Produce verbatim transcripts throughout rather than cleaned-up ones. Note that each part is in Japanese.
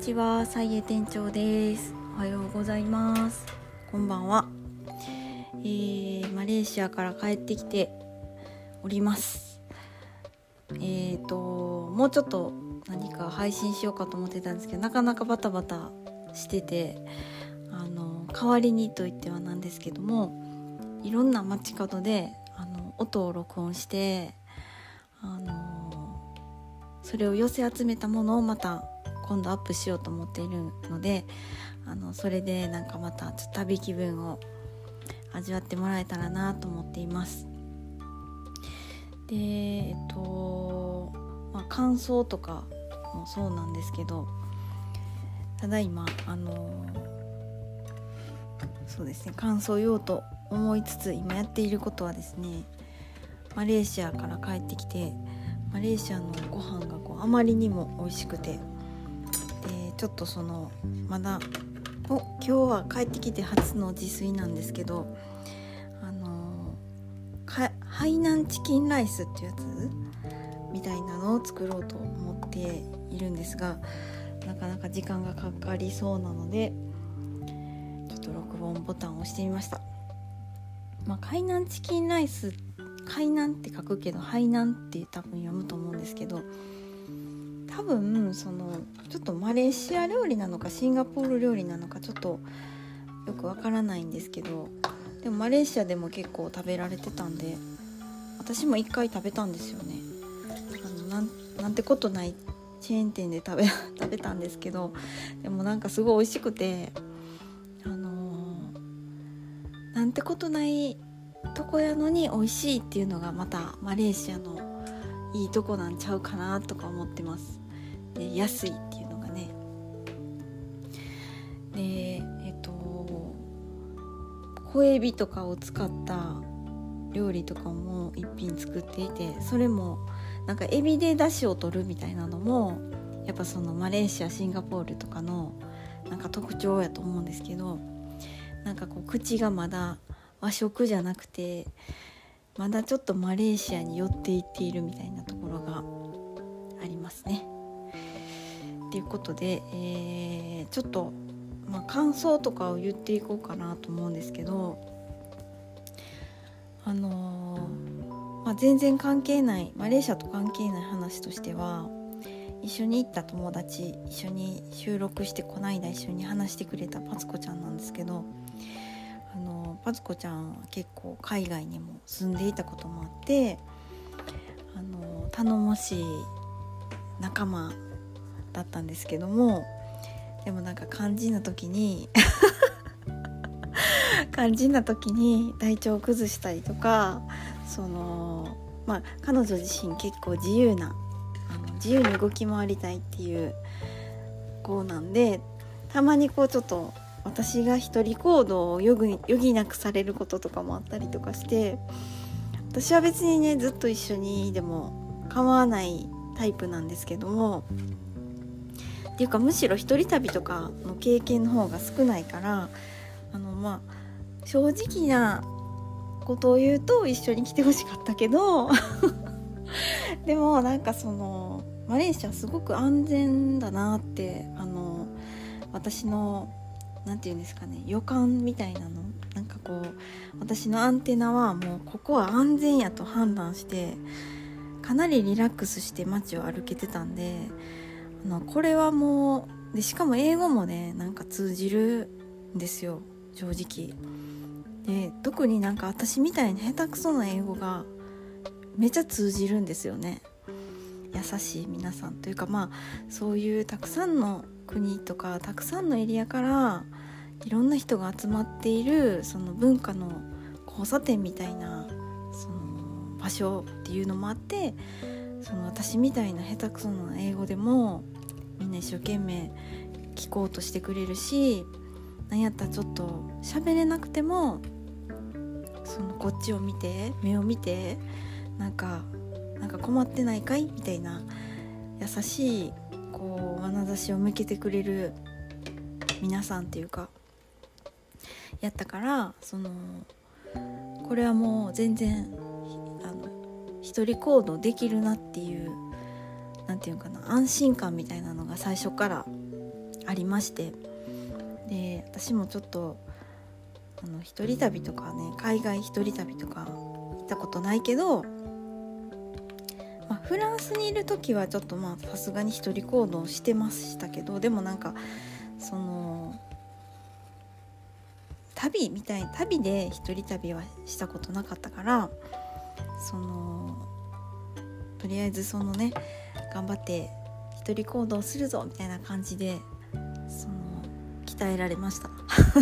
ちは、さいえ店長です。おはようございます。こんばんは。えー、マレーシアから帰ってきております。えーともうちょっと何か配信しようかと思ってたんですけど、なかなかバタバタしてて、あの代わりにと言ってはなんですけども、いろんな街角であの音を録音して、あのそれを寄せ集めたものをまた今度アップしようと思っているので、あのそれでなんかまたちょっと旅気分を味わってもらえたらなと思っています。で、えっと、まあ、感想とかもそうなんですけど、ただ今あのそうですね感想を言おうと思いつつ、今やっていることはですね、マレーシアから帰ってきて、マレーシアのご飯がこうあまりにも美味しくて、でちょっとそのまだお今日は帰ってきて初の自炊なんですけど、あのかハイナンチキンライスっていうやつみたいなのを作ろうと思っているんですが、なかなか時間がかかりそうなので、ちょっと録音ボタンを押してみました。まあ、ハイナンチキンライス、ハイナンって書くけどハイナンって多分読むと思うんですけど、多分そのちょっとマレーシア料理なのかシンガポール料理なのかちょっとよくわからないんですけど、でもマレーシアでも結構食べられてたんで、私も一回食べたんですよね。あの なん, なんてことないチェーン店で食べ食べたんですけど、でもなんかすごい美味しくて、あのー、なんてことないとこやのに美味しいっていうのがまたマレーシアのいいとこなんちゃうかなとか思ってます。で、安いっていうのがね。で、えっと小エビとかを使った料理とかも一品作っていて、それもなんかエビで出汁を取るみたいなのもやっぱそのマレーシアシンガポールとかのなんか特徴やと思うんですけど、なんかこう口がまだ和食じゃなくてまだちょっとマレーシアに寄っていっているみたいなところがありますね。ということで、えー、ちょっと、まあ、感想とかを言っていこうかなと思うんですけど、あのーまあ、全然関係ない、マレーシアと関係ない話としては、一緒に行った友達、一緒に収録してこないだ一緒に話してくれたパツコちゃんなんですけど、あのー、パツコちゃんは結構海外にも住んでいたこともあって、あのー、頼もしい仲間だったんですけども、でもなんか肝心な時に肝心な時に体調を崩したりとか、そのまあ彼女自身結構自由なあの自由に動き回りたいっていう子なんで、たまにこうちょっと私が一人行動を余儀、余儀なくされることとかもあったりとかして、私は別にねずっと一緒にでも構わないタイプなんですけども、っていうかむしろ一人旅とかの経験の方が少ないから、あのまあ正直なことを言うと一緒に来てほしかったけどでもなんかそのマレーシアすごく安全だなって、あの私のなんていうんですかね、予感みたいなの、なんかこう私のアンテナはもうここは安全やと判断してかなりリラックスして街を歩けてたんで、あのこれはもうで、しかも英語もねなんか通じるんですよ正直で、特になんか私みたいに下手くそな英語がめちゃ通じるんですよね。優しい皆さんというか、まあそういうたくさんの国とかたくさんのエリアからいろんな人が集まっているその文化の交差点みたいなその場所っていうのもあって、その私みたいな下手くそな英語でもみんな一生懸命聞こうとしてくれるし、なんやったらちょっと喋れなくてもそのこっちを見て目を見てなんかなんか困ってないかいみたいな優しいこう眼差しを向けてくれる皆さんっていうかやったから、そのこれはもう全然あの一人行動できるなっていう、なんていうかな、安心感みたいなのが最初からありまして、で私もちょっとあの一人旅とかね、海外一人旅とか行ったことないけど、まあ、フランスにいる時はちょっとまあさすがに一人行動してましたけど、でもなんかその旅みたい旅で一人旅はしたことなかったから、そのとりあえずそのね頑張って一人行動するぞみたいな感じでその鍛えられました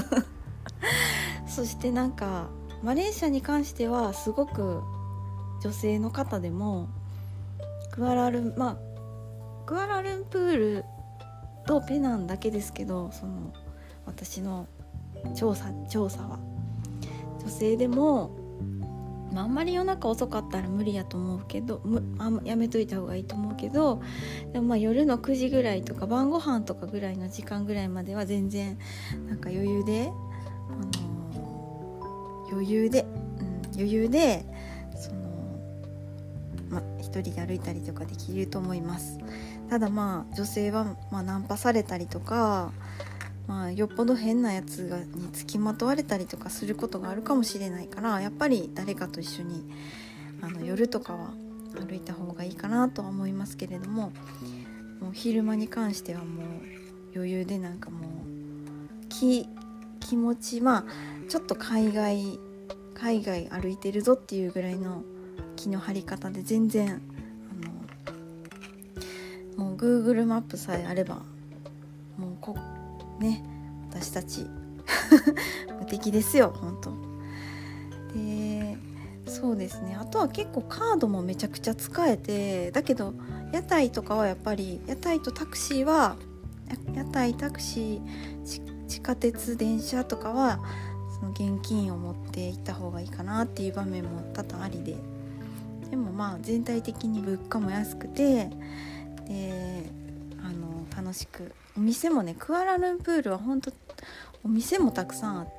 そしてなんかマレーシアに関してはすごく女性の方でもクアラルン、まあ、クアラルンプールとペナンだけですけど、その私の調査調査は女性でも、まあ、あんまり夜中遅かったら無理やと思うけどむあやめといた方がいいと思うけど、でもまあ夜のくじぐらいとか晩ご飯とかぐらいの時間ぐらいまでは全然なんか余裕で、あのー、余裕で、うん、余裕でその、ま、一人で歩いたりとかできると思います。ただまあ女性はまあナンパされたりとか、まあ、よっぽど変なやつがにつきまとわれたりとかすることがあるかもしれないから、やっぱり誰かと一緒にあの夜とかは歩いた方がいいかなとは思いますけれども、もう昼間に関してはもう余裕でなんかもう 気, 気持ちまあちょっと海外海外歩いてるぞっていうぐらいの気の張り方で全然あのもう Google マップさえあればもうこね、私たち無敵ですよ本当で。そうですね、あとは結構カードもめちゃくちゃ使えて、だけど屋台とかはやっぱり屋台とタクシーは屋台タクシー地下鉄電車とかはその現金を持って行った方がいいかなっていう場面も多々ありで、でもまあ全体的に物価も安くて、であの楽しく、お店もねクアラルンプールは本当お店もたくさんあって、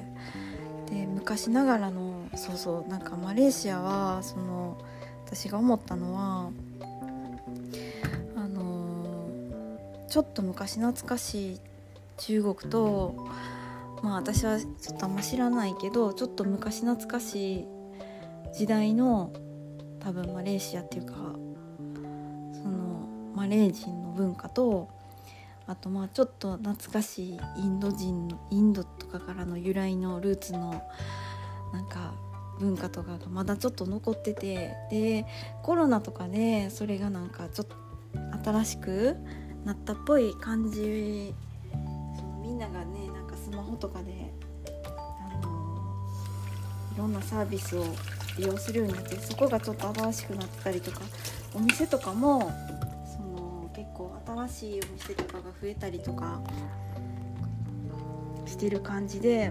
で昔ながらのそうそうなんかマレーシアはその私が思ったのはあのちょっと昔懐かしい中国と、まあ私はちょっとあんま知らないけどちょっと昔懐かしい時代の多分マレーシアっていうかそのマレー人の文化と、あとまあちょっと懐かしいインド人のインドとかからの由来のルーツのなんか文化とかがまだちょっと残ってて、でコロナとかでそれがなんかちょっと新しくなったっぽい感じ、みんながねなんかスマホとかであのいろんなサービスを利用するようになって、そこがちょっと新しくなってたりとか、お店とかもその結構新しいお店とかが増えたりとかしてる感じで、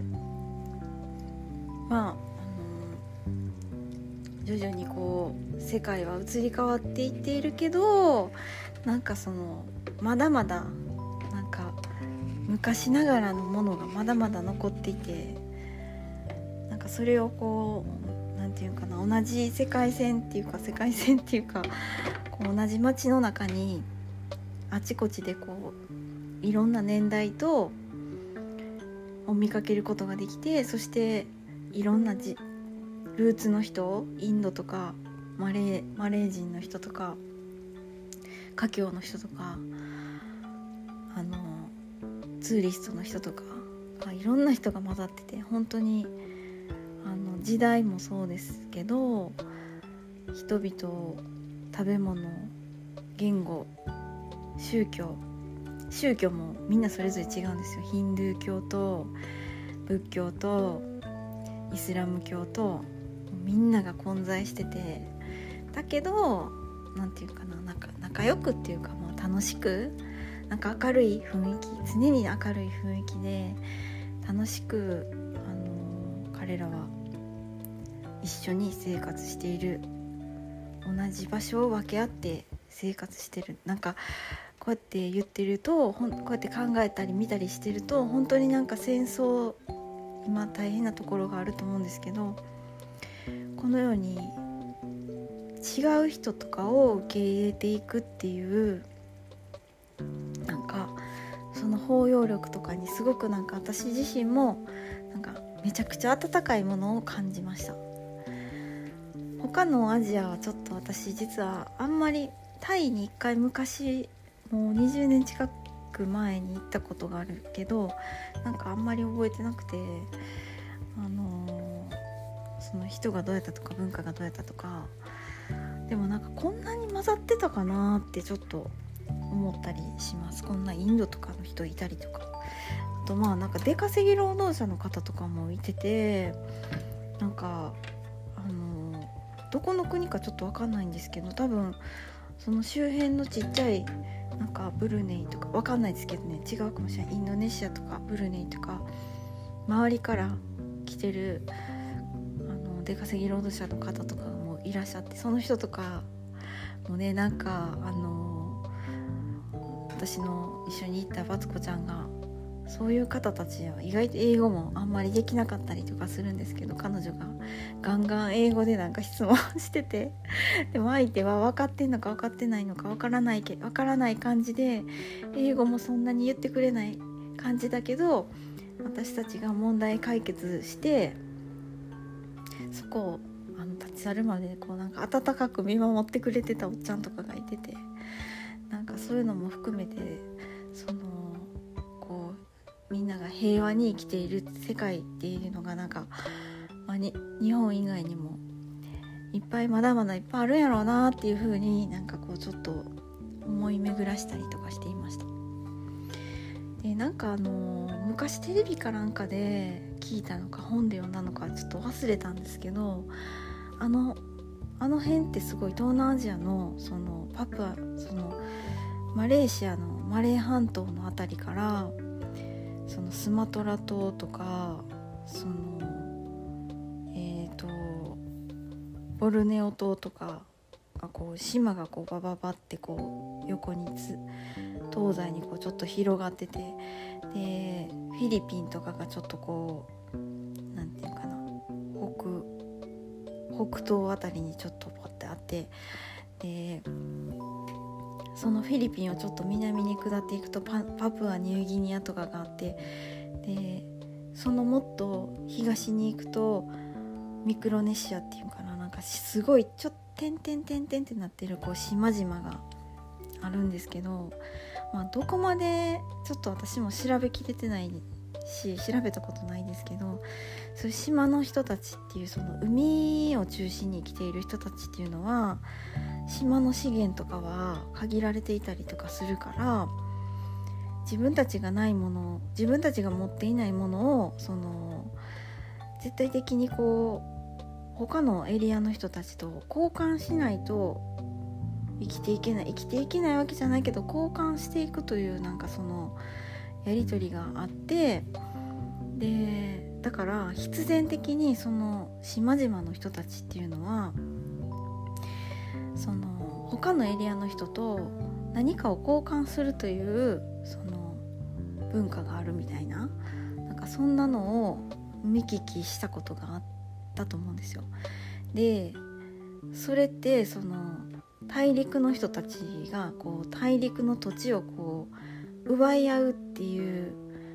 まあ、あの徐々にこう世界は移り変わっていっているけど、なんかそのまだまだなんか昔ながらのものがまだまだ残っていて、なんかそれをこうなんていうかな、同じ世界線っていうか世界線っていうかこう同じ街の中にあちこちでこういろんな年代とを見かけることができて、そしていろんなじルーツの人、インドとかマレー、マレー人の人とか華僑の人とかあのツーリストの人とかいろんな人が混ざってて、本当にあの時代もそうですけど人々、食べ物、言語、宗教宗教もみんなそれぞれ違うんですよ。ヒンドゥー教と仏教とイスラム教とみんなが混在してて、だけどなんていうかな、なんか仲良くっていうか、もう楽しく、なんか明るい雰囲気、常に明るい雰囲気で楽しく、あのー、彼らは一緒に生活している、同じ場所を分け合って生活してる。なんかこうやって言ってると、こうやって考えたり見たりしてると、本当になんか戦争今大変なところがあると思うんですけど、このように違う人とかを受け入れていくっていう、なんかその包容力とかにすごくなんか私自身もなんかめちゃくちゃ温かいものを感じました。他のアジアはちょっと私実はあんまり、タイにいっかい昔もうにじゅうねん近く前に行ったことがあるけど、なんかあんまり覚えてなくて、あのー、その人がどうやったとか文化がどうやったとか、でもなんかこんなに混ざってたかなってちょっと思ったりします。こんなインドとかの人いたりとか、あとまあなんか出稼ぎ労働者の方とかもいてて、なんかあのー、どこの国かちょっと分かんないんですけど、多分その周辺のちっちゃいなんかブルネイとか分かんないですけどね、違うかもしれない、インドネシアとかブルネイとか周りから来てるあの出稼ぎ労働者の方とかもいらっしゃって、その人とかもね、なんかあの私の一緒に行ったバツコちゃんが、そういう方たちは意外と英語もあんまりできなかったりとかするんですけど、彼女がガンガン英語でなんか質問してて、でも相手は分かってんのか分かってないのか分からないけ分からない感じで、英語もそんなに言ってくれない感じだけど、私たちが問題解決してそこをあの立ち去るまでこうなんか温かく見守ってくれてたおっちゃんとかがいてて、なんかそういうのも含めて、そのこうみんなが平和に生きている世界っていうのがなんか、まあ、に日本以外にもいっぱいまだまだいっぱいあるんやろうなっていう風になんかこうちょっと思い巡らしたりとかしていました。でなんかあの昔テレビかなんかで聞いたのか本で読んだのかちょっと忘れたんですけど、あのあの辺ってすごい東南アジアのそのパプアそのマレーシアのマレー半島のあたりからそのスマトラ島とかそのえーとボルネオ島とかがこう島がこうバババってこう横につ東西にこうちょっと広がってて、でフィリピンとかがちょっとこうなんていうかな北北東あたりにちょっとポッてあって、でそのフィリピンをちょっと南に下っていくと パ, パプアニューギニアとかがあって、でそのもっと東に行くとミクロネシアっていうかな、なんかすごいちょっと点々点々ってなってるこう島々があるんですけど、まあ、どこまでちょっと私も調べきれてないし調べたことないですけど、そういう島の人たちっていうその海を中心に生きている人たちっていうのは島の資源とかは限られていたりとかするから、自分たちがないもの自分たちが持っていないものをその絶対的にこう他のエリアの人たちと交換しないと生きていけない生きていけないわけじゃないけど、交換していくというなんかそのやり取りがあって、でだから必然的にその島々の人たちっていうのはその他のエリアの人と何かを交換するというその文化があるみたいな、なんかそんなのを見聞きしたことがあったと思うんですよ。でそれってその大陸の人たちがこう大陸の土地をこう奪い合うっていう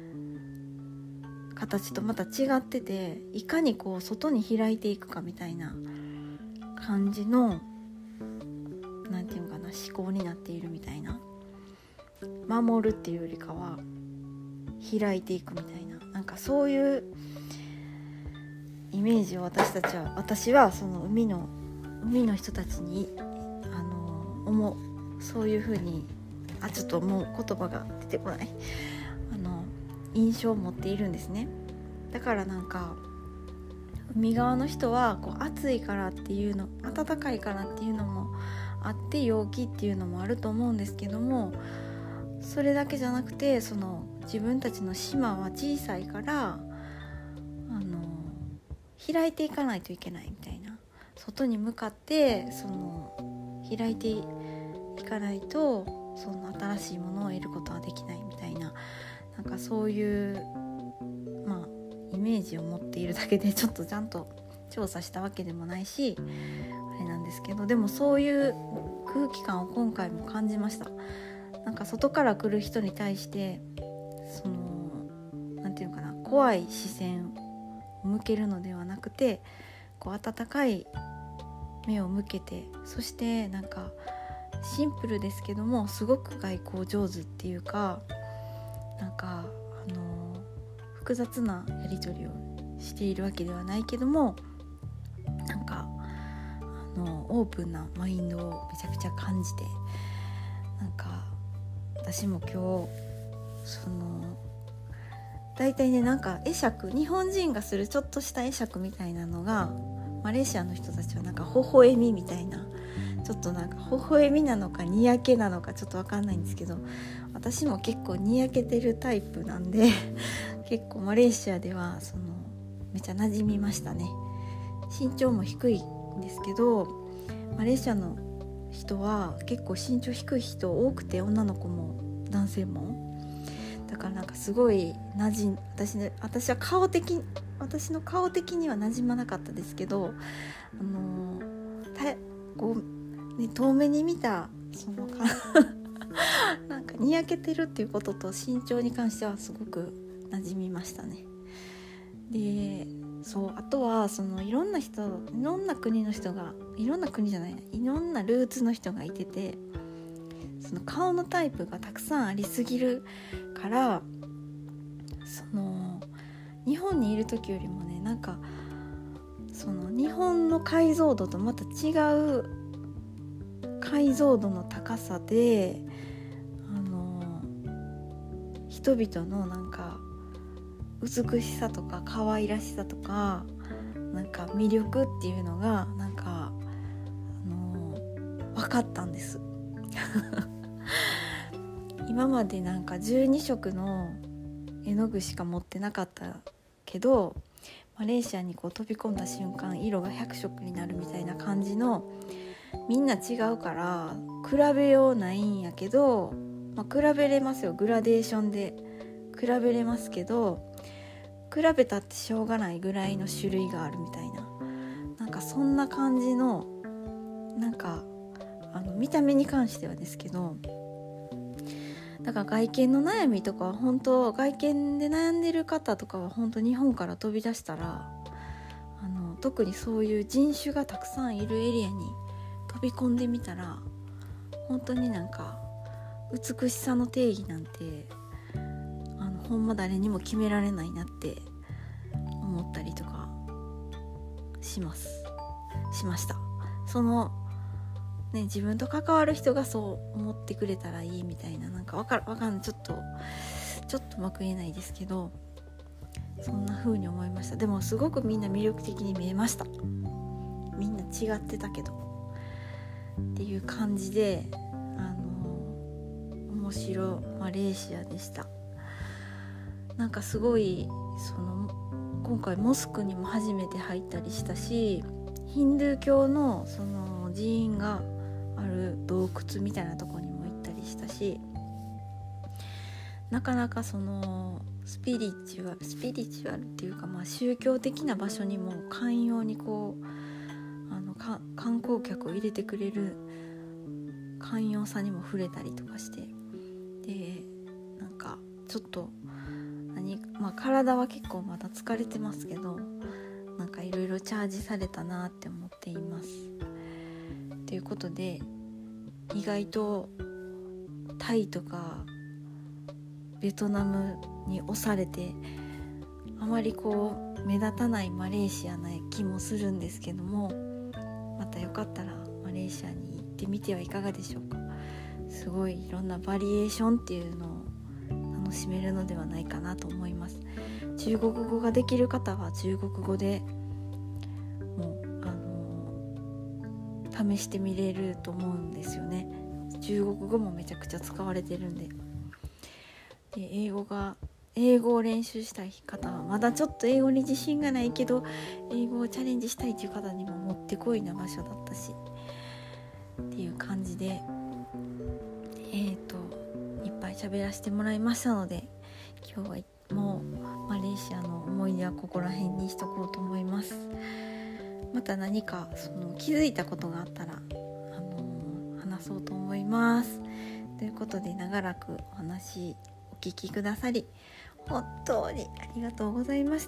形とまた違ってて、いかにこう外に開いていくかみたいな感じのなんていうのかな思考になっているみたいな、守るっていうよりかは開いていくみたいな、なんかそういうイメージを私たちは私はその海の海の人たちにあの思う、そういう風にあちょっともう言葉が出てこないあの印象を持っているんですね。だからなんか海側の人はこう暑いからっていうの暖かいからっていうのもあって陽気っていうのもあると思うんですけども、それだけじゃなくてその自分たちの島は小さいからあの開いていかないといけないみたいな、外に向かってその開いていかないとその新しいものを得ることはできないみたいな、なんかそういうまあイメージを持っているだけでちょっとちゃんと調査したわけでもないしあれなんですけど、でもそういう空気感を今回も感じました。なんか外から来る人に対してそのなんていうのかな、怖い視線を向けるのではなくて、こう温かい目を向けて、そしてなんかシンプルですけどもすごく外交上手っていうか、なんかあの複雑なやり取りをしているわけではないけども、なんかあのオープンなマインドをめちゃくちゃ感じて、なんか私も今日そのだいたいね、なんか会釈、日本人がするちょっとした会釈みたいなのがマレーシアの人たちはなんか微笑みみたいな、ちょっとなんか微笑みなのかにやけなのかちょっと分かんないんですけど、私も結構にやけてるタイプなんで結構マレーシアではそのめっちゃ馴染みましたね。身長も低いんですけど、マレーシアの人は結構身長低い人多くて、女の子も男性も。だからなんかすごい馴染ん私ね私は顔的私の顔的には馴染まなかったですけど、あのたこう、ね、遠目に見たそのかなんかにやけてるっていうことと身長に関してはすごく馴染みましたね。で、そうあとはそのいろんな人、いろんな国の人が、いろんな国じゃないないろんなルーツの人がいてて、その顔のタイプがたくさんありすぎるから、その日本にいる時よりもね、なんかその日本の解像度とまた違う解像度の高さで、あの人々のなんか美しさとか可愛らしさとかなんか魅力っていうのがなんか、あの分かったんです今までなんかじゅうにしょくの絵の具しか持ってなかったけど、マレーシアにこう飛び込んだ瞬間色がひゃくしょくになるみたいな感じの、みんな違うから比べようないんやけど、まあ、比べれますよ、グラデーションで比べれますけど、比べたってしょうがないぐらいの種類があるみたいな、なんかそんな感じの、なんかあの見た目に関してはですけど、だから外見の悩みとかは本当、外見で悩んでる方とかは本当日本から飛び出したら、あの特にそういう人種がたくさんいるエリアに飛び込んでみたら、本当になんか美しさの定義なんてあのほんま誰にも決められないなって思ったりとかしますしました。そのね、自分と関わる人がそう思ってくれたらいいみたいな、なんかわかるわかんないちょっとちょっとうまく言えないですけど、そんな風に思いました。でもすごくみんな魅力的に見えました。みんな違ってたけどっていう感じで、あの面白マレーシアでした。なんかすごいその今回モスクにも初めて入ったりしたし、ヒンドゥー教のその寺院がある洞窟みたいなところにも行ったりしたし、なかなかそのスピリチュアルスピリチュアルっていうか、まあ宗教的な場所にも寛容にこうあのか観光客を入れてくれる寛容さにも触れたりとかして、でなんかちょっと何、まあ、体は結構まだ疲れてますけど、なんかいろいろチャージされたなって思っています。ということで、意外とタイとかベトナムに押されてあまりこう目立たないマレーシアな気もするんですけども、またよかったらマレーシアに行ってみてはいかがでしょうか。すごいいろんなバリエーションっていうのを楽しめるのではないかなと思います。中国語ができる方は中国語でもうあの試してみれると思うんですよね。中国語もめちゃくちゃ使われてるんで。で英語が英語を練習したい方は、まだちょっと英語に自信がないけど英語をチャレンジしたいという方にももってこいな場所だったしっていう感じで、えーといっぱい喋らせてもらいましたので、今日はもうマレーシアの思い出はここら辺にしとこうと思います。また何かその気づいたことがあったら、あのー、話そうと思います。ということで長らくお話お聞きくださり本当にありがとうございました。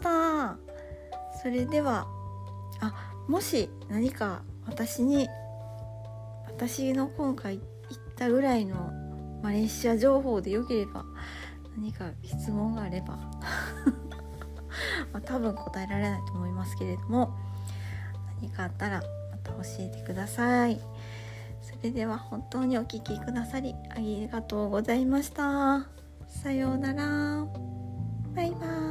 それではあもし何か私に私の今回言ったぐらいのマレーシア情報でよければ何か質問があればまあ多分答えられないと思いますけれども、何かあったらまた教えてください。それでは本当にお聞きくださりありがとうございました。さようなら。バイバイ。